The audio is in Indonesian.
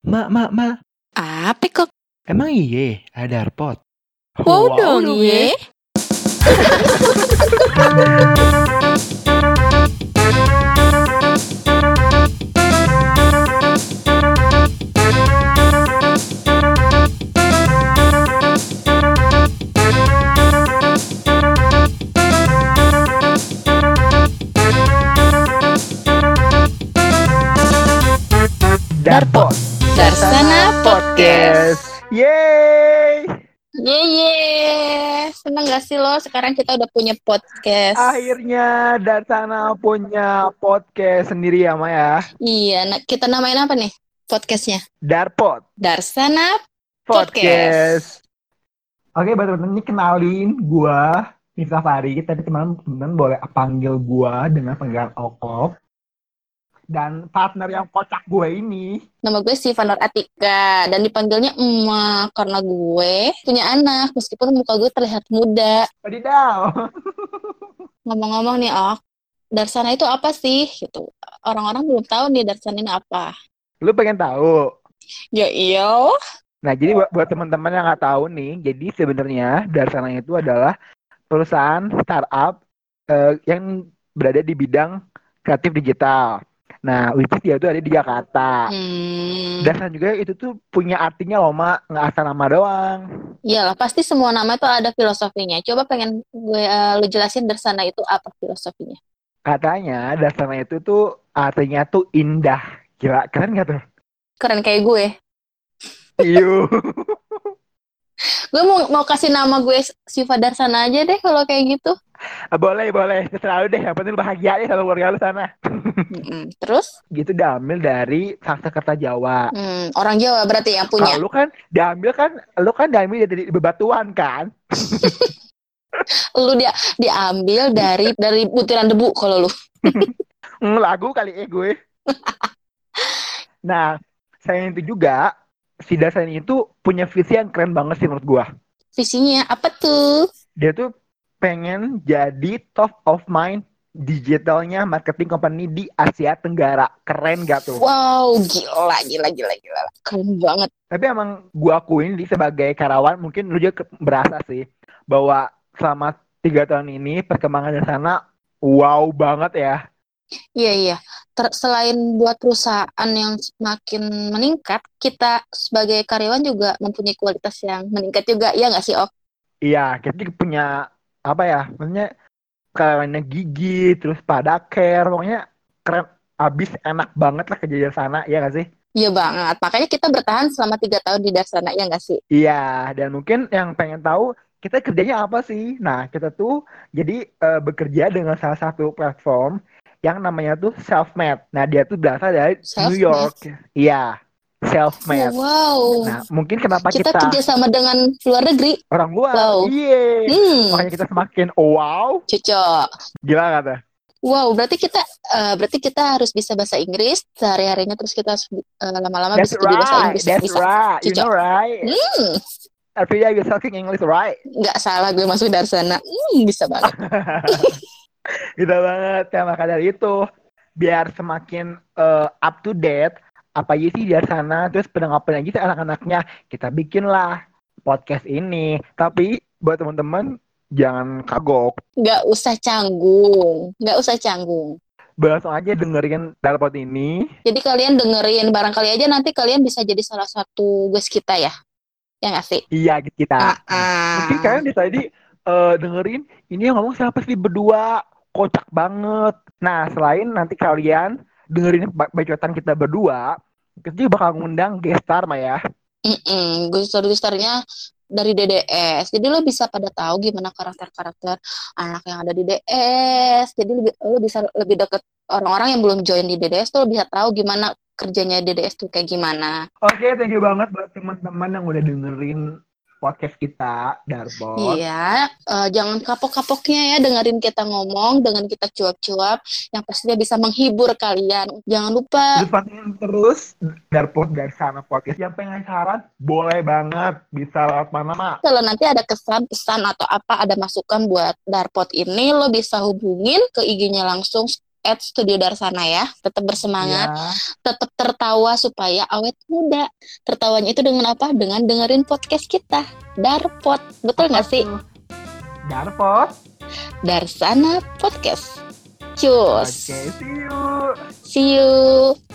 Ma. Apa kok? Emang iye ada Darpot? Wow dong ye. Darpot. Darsana Podcast. Yeay! Ye. Seneng gak sih lo sekarang kita udah punya podcast? Akhirnya Darsana punya podcast sendiri ya, Maya. Iya, kita namain apa nih podcastnya? Darpot Darsana Podcast. Oke, buat teman-teman ini kenalin gua Miftah Fari. Tapi teman-teman boleh panggil gua dengan panggilan Okop. Dan partner yang kocak gue ini. Nama gue Siva Nur Atika dan dipanggilnya Emak karena gue punya anak meskipun muka gue terlihat muda. Wadidaw. Ngomong-ngomong nih, Darsana itu apa sih? Gitu. Orang-orang belum tahu nih Darsana ini apa. Lu pengen tahu? Ya iya. Nah, jadi buat teman-teman yang nggak tahu nih, jadi sebenarnya Darsana itu adalah perusahaan startup yang berada di bidang kreatif digital. Nah, which is dia tuh ada di Jakarta. Dan juga itu tuh punya artinya loh, Mak. Nggak asal nama doang. Iyalah, pasti semua nama itu ada filosofinya. Coba pengen gue lu jelasin Darsana itu apa filosofinya. Katanya Darsana itu tuh artinya tuh indah. Gila, keren nggak tuh? Keren kayak gue. Iya. Gue mau kasih nama gue Siva Darsana aja deh kalau kayak gitu. Boleh. Terserah lu deh. Yang penting lu bahagia deh sama keluarga lu sana. Terus? Gitu diambil dari Sanskerta Jawa. Orang Jawa berarti yang punya. Kalau lu kan diambil dari bebatuan kan? Lu diambil dari butiran debu kalau lu. Lagu kali gue. Nah, saya itu juga si Darsana itu punya visi yang keren banget sih menurut gue. Visinya apa tuh? Dia tuh pengen jadi top of mind digitalnya marketing company di Asia Tenggara. Keren gak tuh? Wow, gila. Keren banget. Tapi emang gue akuin sebagai karyawan, mungkin lu juga berasa sih bahwa selama 3 tahun ini perkembangan Darsana wow banget ya. Iya. Selain buat perusahaan yang semakin meningkat, kita sebagai karyawan juga mempunyai kualitas yang meningkat juga, ya nggak sih, Ok? Iya, kita punya apa ya? Maksudnya karyawannya gigi, terus pada care, pokoknya keren, abis enak banget lah kerja di sana, ya nggak sih? Iya banget. Makanya kita bertahan selama 3 tahun di Darsana, ya nggak sih? Iya, dan mungkin yang pengen tahu kita kerjanya apa sih? Nah, kita tuh jadi bekerja dengan salah satu platform yang namanya tuh Selfmade. Nah, dia tuh berasal dari New York. Iya, Selfmade. Wow. Nah, mungkin kenapa kita kerjasama dengan luar negeri. Orang luar. Wow. Iya. Makanya kita semakin wow. Cocok. Gila kata. Wow, berarti kita harus bisa bahasa Inggris sehari-harinya, terus kita lama-lama bisa jadi bahasa Inggris. That's right. You know right. Every day you're talking English, right? Nggak salah gue masuk Darsana. Bisa banget. Bisa banget. Ya, maka dari itu, biar semakin up to date, apa aja sih di Darsana, terus pendengar-pendengar gitu anak-anaknya, kita bikinlah podcast ini. Tapi buat teman-teman, jangan kagok. Nggak usah canggung. Langsung aja dengerin Darpot ini. Jadi kalian dengerin, barangkali aja nanti kalian bisa jadi salah satu guest kita ya. Ya nggak sih? Iya, kita. Mungkin kalian bisa tadi dengerin, ini yang ngomong siapa sih berdua? Kocak banget. Nah, selain nanti kalian dengerin bacotan kita berdua, kita juga bakal ngundang guest star, Maya. Gestar-gestarnya dari DDS. Jadi lo bisa pada tahu gimana karakter-karakter anak yang ada di DDS. Jadi lo bisa lebih deket orang-orang yang belum join di DDS tuh, lo bisa tahu gimana kerjanya DDS tuh kayak gimana. Oke, thank you banget buat teman-teman yang udah dengerin podcast kita, Darpot. Iya, jangan kapok-kapoknya ya dengerin kita ngomong, dengan kita cuap-cuap, yang pastinya bisa menghibur kalian. Jangan lupa. Terus pantengin terus Darpot Darsana Podcast. Yang pengen saran, boleh banget. Bisa lewat mana, Mak? Kalau nanti ada kesan, pesan, atau apa, ada masukan buat Darpot ini, lo bisa hubungin ke IG-nya langsung @studio Darsana ya. Tetap bersemangat, Iya. tetap tertawa supaya awet muda. Tertawanya itu dengan apa? Dengan dengerin podcast kita, Darpot. Betul Apa nggak sih? tuh? Darpot. Darsana Podcast. Oke, Cus. see you. See you.